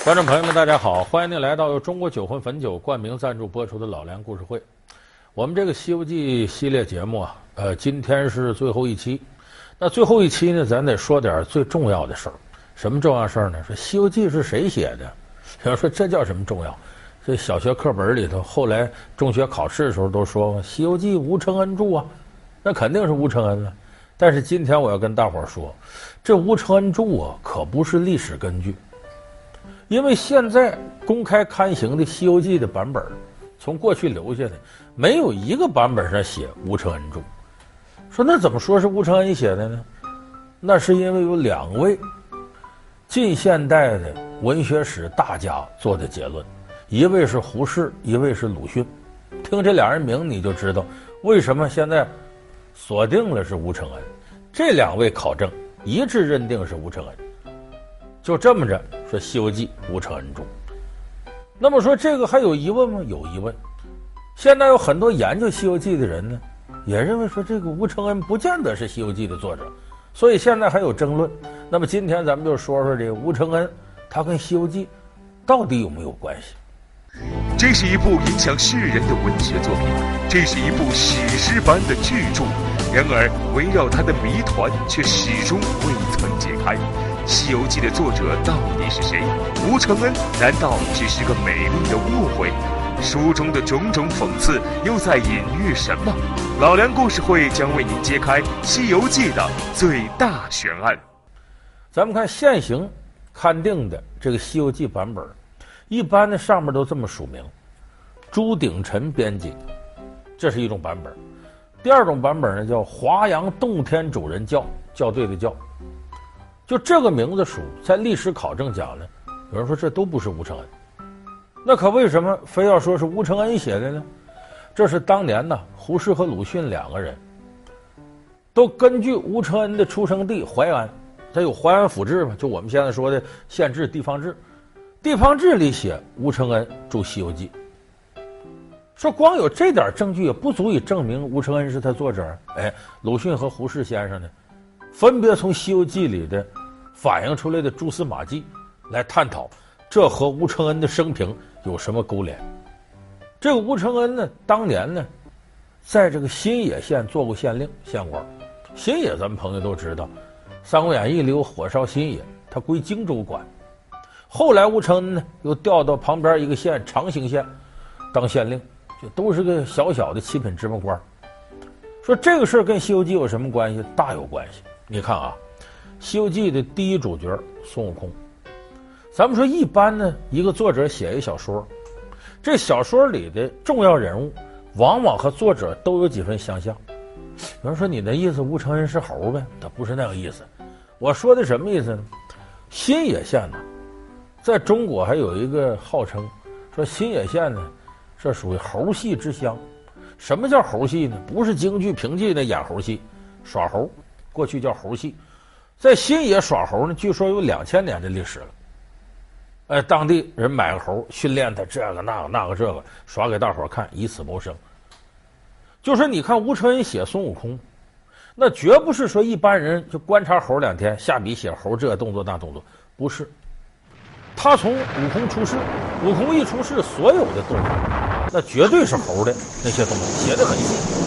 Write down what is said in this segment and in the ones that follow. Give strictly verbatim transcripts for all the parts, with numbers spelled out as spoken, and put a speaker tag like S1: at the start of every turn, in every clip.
S1: 观众朋友们，大家好，欢迎您来到由中国酒魂汾酒冠名赞助播出的老梁故事会。我们这个《西游记》系列节目啊，呃，今天是最后一期。那最后一期呢，咱得说点最重要的事儿。什么重要事儿呢？说《西游记》是谁写的？有人说这叫什么重要？这小学课本里头，后来中学考试的时候都说《西游记》吴承恩著啊，那肯定是吴承恩了。但是今天我要跟大伙儿说，这吴承恩著啊，可不是历史根据。因为现在公开刊行的《西游记》的版本，从过去留下的，没有一个版本上写吴承恩著。说那怎么说是吴承恩写的呢？那是因为有两位近现代的文学史大家做的结论，一位是胡适，一位是鲁迅。听这两人名你就知道为什么现在锁定了是吴承恩。这两位考证一致认定是吴承恩。就这么着说《西游记》吴承恩著。那么说这个还有疑问吗？有疑问。现在有很多研究《西游记》的人呢，也认为说这个吴承恩不见得是《西游记》的作者，所以现在还有争论。那么今天咱们就说说这个吴承恩，他跟《西游记》到底有没有关系？
S2: 这是一部影响世人的文学作品，这是一部史诗般的巨著。然而，围绕它的谜团却始终未曾解开。《西游记》的作者到底是谁？吴承恩难道只是个美丽的误会？书中的种种讽刺又在隐喻什么？老梁故事会将为您揭开《西游记》的最大悬案。
S1: 咱们看现行刊定的这个《西游记》版本，一般的上面都这么署名：朱鼎臣编辑，这是一种版本。第二种版本呢叫华阳洞天主人校，校对的校。就这个名字署，在历史考证讲呢，有人说这都不是吴承恩。那可为什么非要说是吴承恩写的呢？这是当年呢，胡适和鲁迅两个人都根据吴承恩的出生地淮安，他有淮安府志嘛，就我们现在说的县志、地方志，地方志里写吴承恩著《西游记》。说光有这点证据也不足以证明吴承恩是他作者。哎，鲁迅和胡适先生呢，分别从《西游记》里的反映出来的蛛丝马迹来探讨，这和吴承恩的生平有什么勾连。这个吴承恩呢，当年呢，在这个新野县做过县令、县官。新野咱们朋友都知道，《三国演义》里有火烧新野，他归荆州管。后来吴承恩呢，又调到旁边一个县长兴县当县令，就都是个小小的七品芝麻官。说这个事儿跟《西游记》有什么关系？大有关系。你看啊，《西游记》的第一主角孙悟空，咱们说一般呢，一个作者写一小说，这小说里的重要人物往往和作者都有几分相像。有人说你的意思吴承恩是猴呗？他不是那个意思。我说的什么意思呢？新野县呢，在中国还有一个号称说新野县呢，这属于猴戏之乡。什么叫猴戏呢？不是京剧评剧那演猴戏，耍猴，过去叫猴戏。在新野耍猴呢，据说有两千年的历史了。哎，当地人买个猴，训练他这个那个那个这个，耍给大伙看，以此谋生。就说你看吴承恩写孙悟空，那绝不是说一般人就观察猴两天，下笔写猴这动作那动作，不是。他从悟空出世，悟空一出世，所有的动作，那绝对是猴的那些动作，写得很细。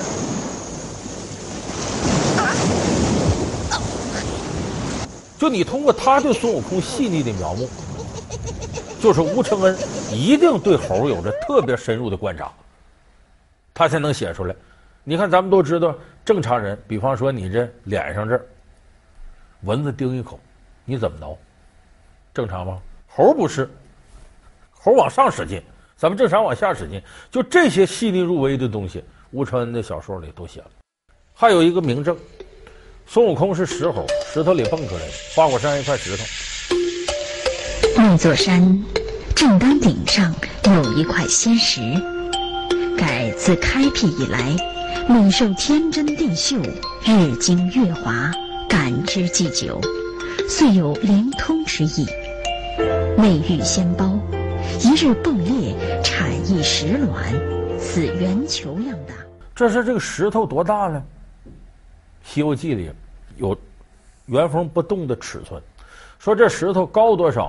S1: 就你通过他对孙悟空细腻的描摹，就是吴承恩一定对猴有着特别深入的观察，他才能写出来。你看咱们都知道，正常人，比方说你这脸上这儿蚊子叮一口，你怎么挠？正常吗？猴不是，猴往上使劲，咱们正常往下使劲。就这些细腻入微的东西，吴承恩的小说里都写了。还有一个明证，孙悟空是石猴，石头里蹦出来的，花果山一块石头。
S3: 那座山正当顶上有一块仙石，盖自开辟以来，每受天真地秀，日精月华，感之既久，遂有灵通之意。内遇仙胞，一日迸裂，产一石卵，似圆球样大。
S1: 这是这个石头多大呢？《西游记》里有原封不动的尺寸，说这石头高多少呢？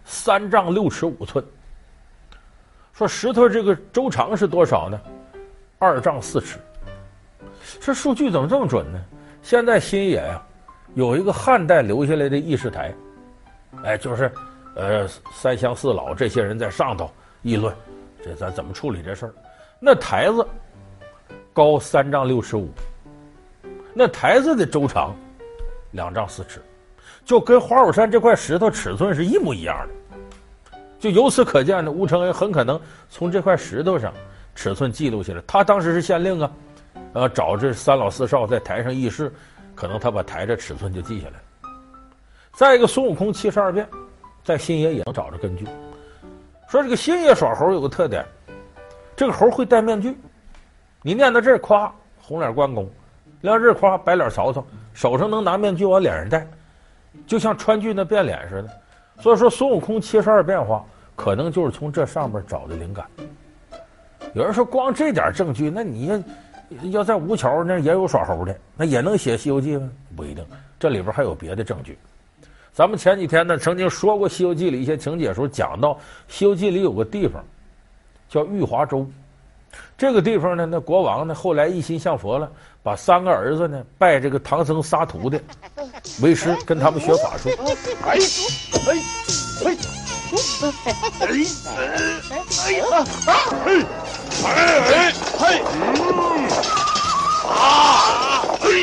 S1: 三丈六尺五寸。说石头这个周长是多少呢？二丈四尺。这数据怎么这么准呢？现在新野呀、啊，有一个汉代留下来的议事台，哎，就是呃三乡四老这些人在上头议论，这咱怎么处理这事儿？那台子高三丈六尺五，那台子的周长两丈四尺，就跟花果山这块石头尺寸是一模一样的。就由此可见呢，吴承恩很可能从这块石头上尺寸记录下来。他当时是县令啊，呃，找这三老四少在台上议事，可能他把台这尺寸就记下来了。再一个，孙悟空七十二变，在新野也能找着根据。说这个新野耍猴有个特点，这个猴会戴面具。你念到这儿，夸红脸关公；念到这儿，夸白脸曹操，手上能拿面具往脸上戴，就像川剧那变脸似的。所以说，孙悟空七十二变化可能就是从这上面找的灵感。有人说，光这点证据，那你要在吴桥那也有耍猴的，那也能写《西游记》吗？不一定，这里边还有别的证据。咱们前几天呢，曾经说过《西游记》里一些情节的时候，讲到《西游记》里有个地方叫玉华州。这个地方呢，那国王呢后来一心向佛了，把三个儿子呢拜这个唐僧仨徒弟为师，跟他们学法术。哎哎哎哎哎哎啊！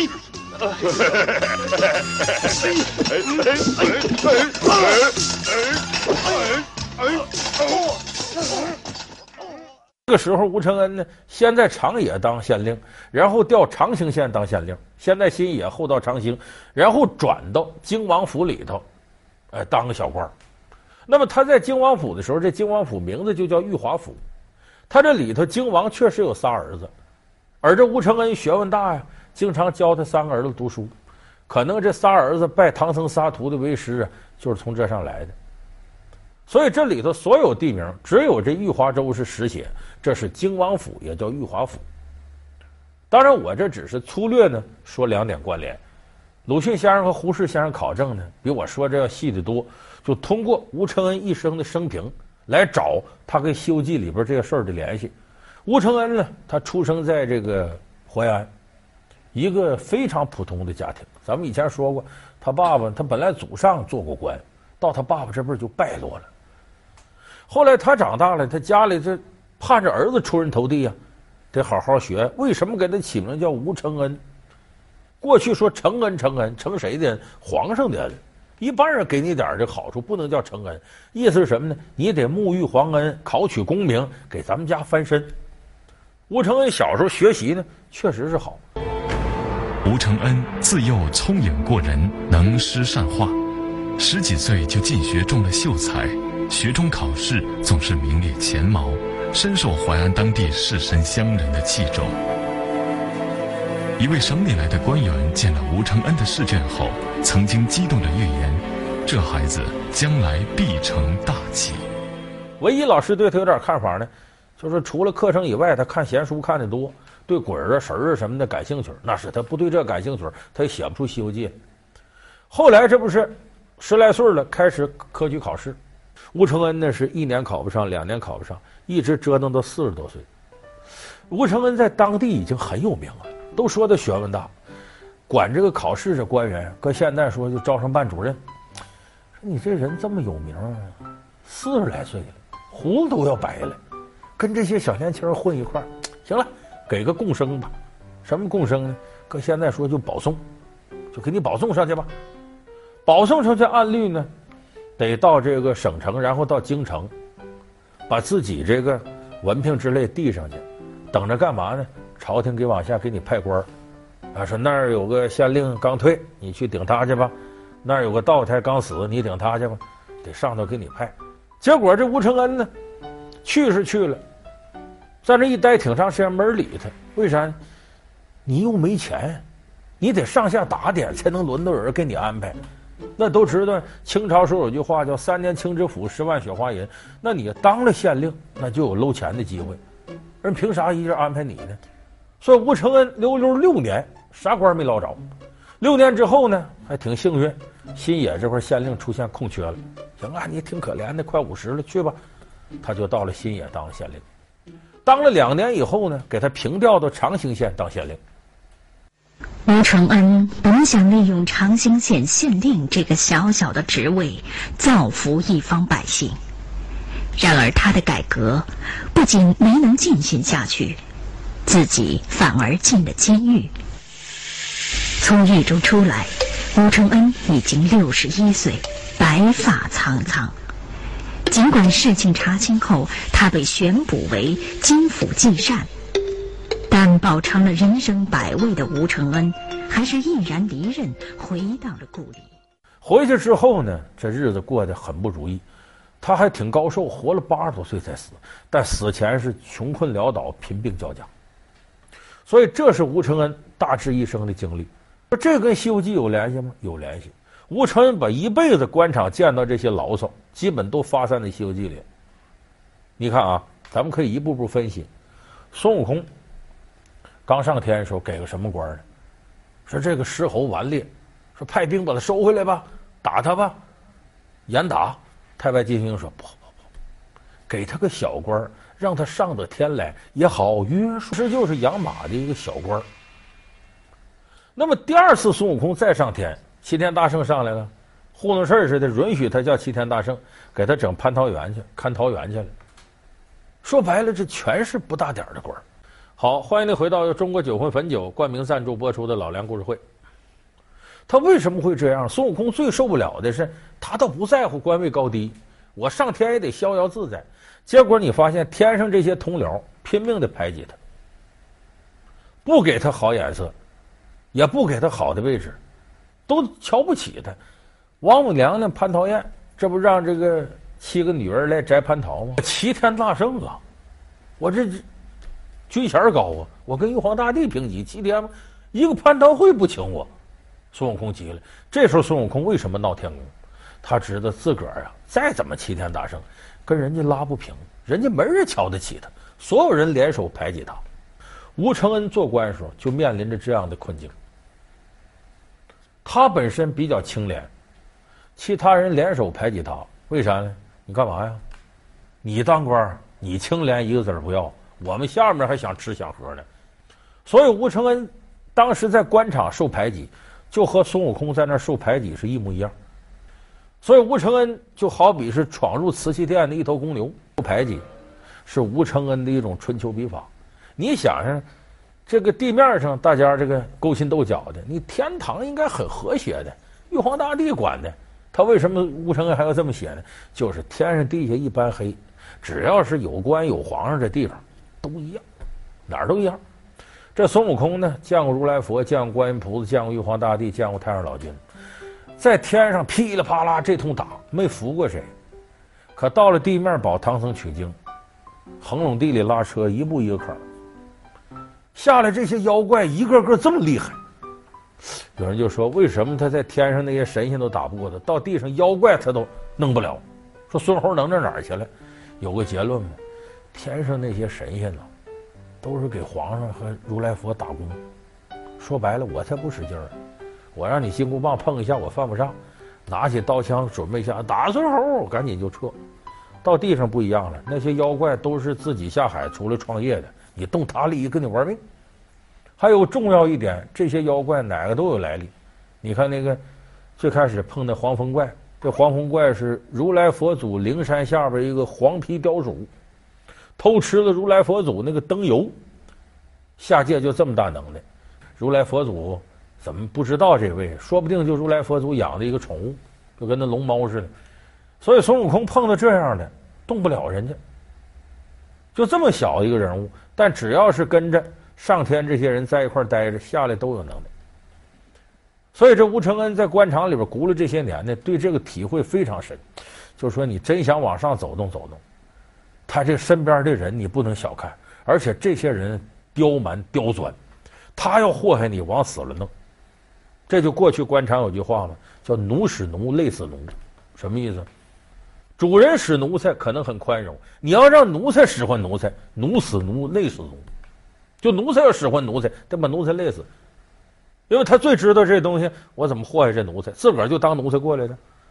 S1: 这个时候，吴承恩呢，先在长野当县令，然后调长兴县当县令，先在新野，后到长兴，然后转到京王府里头，哎，当个小官。那么他在京王府的时候，这京王府名字就叫玉华府。他这里头京王确实有仨儿子，而这吴承恩学问大呀，经常教他三个儿子读书。可能这仨儿子拜唐僧仨徒弟为师啊，就是从这上来的。所以这里头所有地名，只有这玉华州是实写，这是京王府，也叫玉华府。当然，我这只是粗略呢说两点关联。鲁迅先生和胡适先生考证呢，比我说这要细得多。就通过吴承恩一生的生平来找他跟《西游记》里边这个事儿的联系。吴承恩呢，他出生在这个淮安，一个非常普通的家庭。咱们以前说过，他爸爸他本来祖上做过官，到他爸爸这辈儿就败落了。后来他长大了，他家里这盼着儿子出人头地呀、啊，得好好学。为什么给他起名叫吴承恩？过去说承恩，承恩，承谁的恩？皇上的恩。一般人给你点这好处，不能叫承恩。意思是什么呢？你得沐浴皇恩，考取功名，给咱们家翻身。吴承恩小时候学习呢，确实是好。
S4: 吴承恩自幼聪颖过人，能诗善画，十几岁就进学中了秀才，学中考试总是名列前茅，深受淮安当地士绅乡人的器重。一位省里来的官员见了吴承恩的试卷后，曾经激动地预言，这孩子将来必成大器。
S1: 唯一老师对他有点看法呢，就是除了课程以外，他看闲书看得多，对鬼儿啊神儿啊什么的感兴趣。那是他不对这感兴趣，他也写不出《西游记》。后来这不是十来岁了，开始科举考试。吴承恩呢是一年考不上，两年考不上，一直折腾到四十多岁。吴承恩在当地已经很有名了，都说他学问大。管这个考试这官员，搁现在说就招生办主任。说你这人这么有名啊，四十来岁了，胡子都要白了，跟这些小年轻混一块儿，行了，给个贡生吧。什么贡生呢？搁现在说就保送，就给你保送上去吧。保送上去按律呢，得到这个省城，然后到京城，把自己这个文凭之类递上去，等着干嘛呢？朝廷给往下给你派官儿。啊，说那儿有个县令刚退，你去顶他去吧；那儿有个道台刚死，你顶他去吧。得上头给你派。结果这吴承恩呢，去是去了，在那一待挺长时间，没人理他。为啥呢？你又没钱，你得上下打点才能轮到有人给你安排。那都知道清朝时候有句话叫三年清知府，十万雪花银。那你当了县令，那就有搂钱的机会，人凭啥一直安排你呢？所以吴承恩溜溜六年啥官没捞着。六年之后呢，还挺幸运，新野这块县令出现空缺了， 行啊，你挺可怜的，快五十了，去吧。他就到了新野当了县令，当了两年以后呢，给他平调到长兴县当县令。
S3: 吴承恩本想利用长兴县县令这个小小的职位造福一方百姓，然而他的改革不仅没能进行下去，自己反而进了监狱。从狱中出来，吴承恩已经六十一岁，白发苍苍。尽管事情查清后，他被选补为金府继善，但饱尝了人生百味的吴承恩还是毅然离任，回到了故里。
S1: 回去之后呢，这日子过得很不如意，他还挺高寿，活了八十多岁才死，但死前是穷困潦倒，贫病交加。所以这是吴承恩大致一生的经历。这跟《西游记》有联系吗？有联系。吴承恩把一辈子官场见到这些牢骚，基本都发散在《西游记》里。你看啊，咱们可以一步步分析。孙悟空刚上天的时候给个什么官呢？说这个狮吼顽劣，说派兵把他收回来吧，打他吧，严打。太白金星说不不不，给他个小官，让他上得天来也好约束。这就是养马的一个小官。那么第二次孙悟空再上天，齐天大圣上来了，糊弄事儿似的，允许他叫齐天大圣，给他整蟠桃园去，看桃园去了。说白了，这全是不大点的官。好，欢迎您回到由中国酒魂汾酒冠名赞助播出的老梁故事会。他为什么会这样？孙悟空最受不了的是，他倒不在乎官位高低，我上天也得逍遥自在。结果你发现天上这些同僚拼命的排挤他，不给他好眼色，也不给他好的位置，都瞧不起他。王母娘娘蟠桃宴，这不让这个七个女儿来摘蟠桃吗？齐天大圣啊，我这军衔高啊，我跟玉皇大帝平级，齐天吗？一个蟠桃会不请我。孙悟空急了。这时候孙悟空为什么闹天宫？他知道自个儿啊，再怎么齐天大圣，跟人家拉不平，人家没人瞧得起他，所有人联手排挤他。吴承恩做官的时候就面临着这样的困境。他本身比较清廉，其他人联手排挤他，为啥呢？你干嘛呀？你当官，你清廉一个子儿不要，我们下面还想吃想喝呢。所以吴承恩当时在官场受排挤，就和孙悟空在那受排挤是一模一样。所以吴承恩就好比是闯入瓷器店的一头公牛，受排挤是吴承恩的一种春秋笔法。你想想，这个地面上大家这个勾心斗角的，你天堂应该很和谐的，玉皇大帝管的，他为什么吴承恩还要这么写呢？就是天上地下一般黑，只要是有官有皇上这地方都一样，哪儿都一样。这孙悟空呢，见过如来佛，见过观音菩萨，见过玉皇大帝，见过太上老君，在天上噼里啪啦这通打，没服过谁。可到了地面保唐僧取经，横垄地里拉车，一步一个坎，下来这些妖怪一个个这么厉害。有人就说，为什么他在天上那些神仙都打不过他，到地上妖怪他都弄不了？说孙猴能到哪儿去了？有个结论吗？天上那些神仙呢，都是给皇上和如来佛打工。说白了，我才不使劲儿，我让你金箍棒碰一下，我犯不上，拿起刀枪准备一下打孙猴，赶紧就撤。到地上不一样了，那些妖怪都是自己下海出来创业的，你动他利益跟你玩命。还有重要一点，这些妖怪哪个都有来历。你看那个最开始碰的黄风怪，这黄风怪是如来佛祖灵山下边一个黄皮雕鼠，偷吃了如来佛祖那个灯油，下界就这么大能耐。如来佛祖怎么不知道这位？说不定就如来佛祖养的一个宠物，就跟那龙猫似的。所以孙悟空碰到这样的动不了人家，就这么小一个人物，但只要是跟着上天这些人在一块待着，下来都有能耐。所以这吴承恩在官场里边轱辘这些年呢，对这个体会非常深。就说你真想往上走动走动，他这身边的人你不能小看，而且这些人刁蛮刁钻，他要祸害你往死了弄。这就过去官场有句话嘛，叫奴使奴，累死奴。什么意思？主人使奴才可能很宽容，你要让奴才使唤奴才，奴死奴，累死奴。就奴才要使唤奴才，得把奴才累死，因为他最知道这东西，我怎么祸害这奴才，自个儿就当奴才过来的。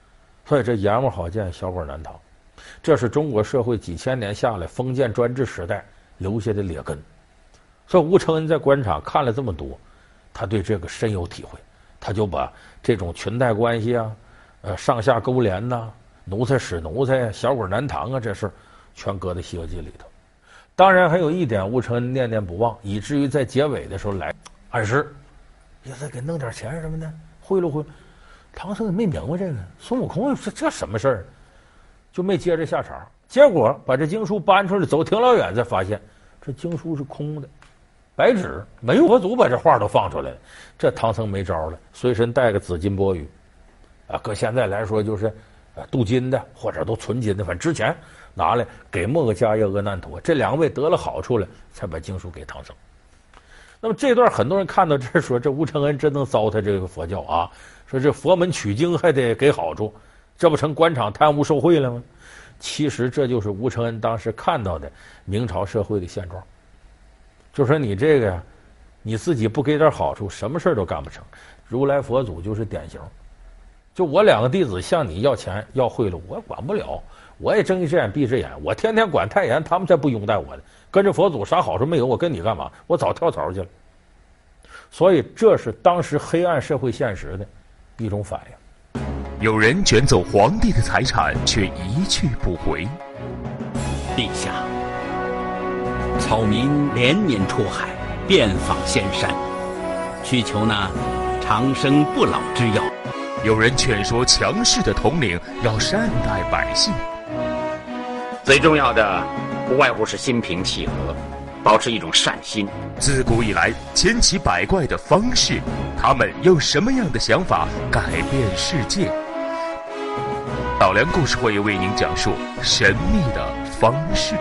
S1: 所以这阎王好见，小鬼难逃。这是中国社会几千年下来封建专制时代留下的劣根。所以吴承恩在官场看了这么多，他对这个深有体会，他就把这种裙带关系啊、呃上下勾连呐、啊、奴才使奴才、小鬼难逃啊，这事全搁在《西游记》里头。当然还有一点，吴承恩念念不忘，以至于在结尾的时候来暗示，意思给弄点钱什么的，贿赂贿赂。唐僧也没明白这个，孙悟空这这什么事儿，就没接着下茬。结果把这经书搬出来，走挺老远，才发现这经书是空的，白纸，没有佛祖把这话都放出来了。这唐僧没招了，随身带个紫金钵盂，啊，搁现在来说就是啊镀金的或者都纯金的，反正之前拿来给莫个迦叶阿难陀，这两位得了好处了，才把经书给唐僧。那么这段很多人看到这儿说，这吴承恩真能糟蹋这个佛教啊，说这佛门取经还得给好处，这不成官场贪污受贿了吗？其实这就是吴承恩当时看到的明朝社会的现状，就说你这个呀，你自己不给点好处，什么事都干不成。如来佛祖就是典型，就我两个弟子向你要钱要贿赂，我管不了，我也睁一只眼闭一只眼，我天天管太严，他们才不拥戴我的，跟着佛祖啥好处没有，我跟你干嘛？我早跳槽去了。所以这是当时黑暗社会现实的一种反应。
S2: 有人卷走皇帝的财产，却一去不回。
S5: 陛下，草民连年出海，遍访仙山，需求那长生不老之药。
S2: 有人劝说强势的统领要善待百姓。
S6: 最重要的，不外乎是心平气和，保持一种善心。
S2: 自古以来，千奇百怪的方士，他们用什么样的想法改变世界？老梁故事会为您讲述神秘的方式。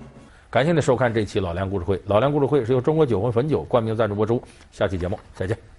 S1: 感谢您收看这期老梁故事会。老梁故事会是由中国酒魂汾酒冠名赞助播出。下期节目再见。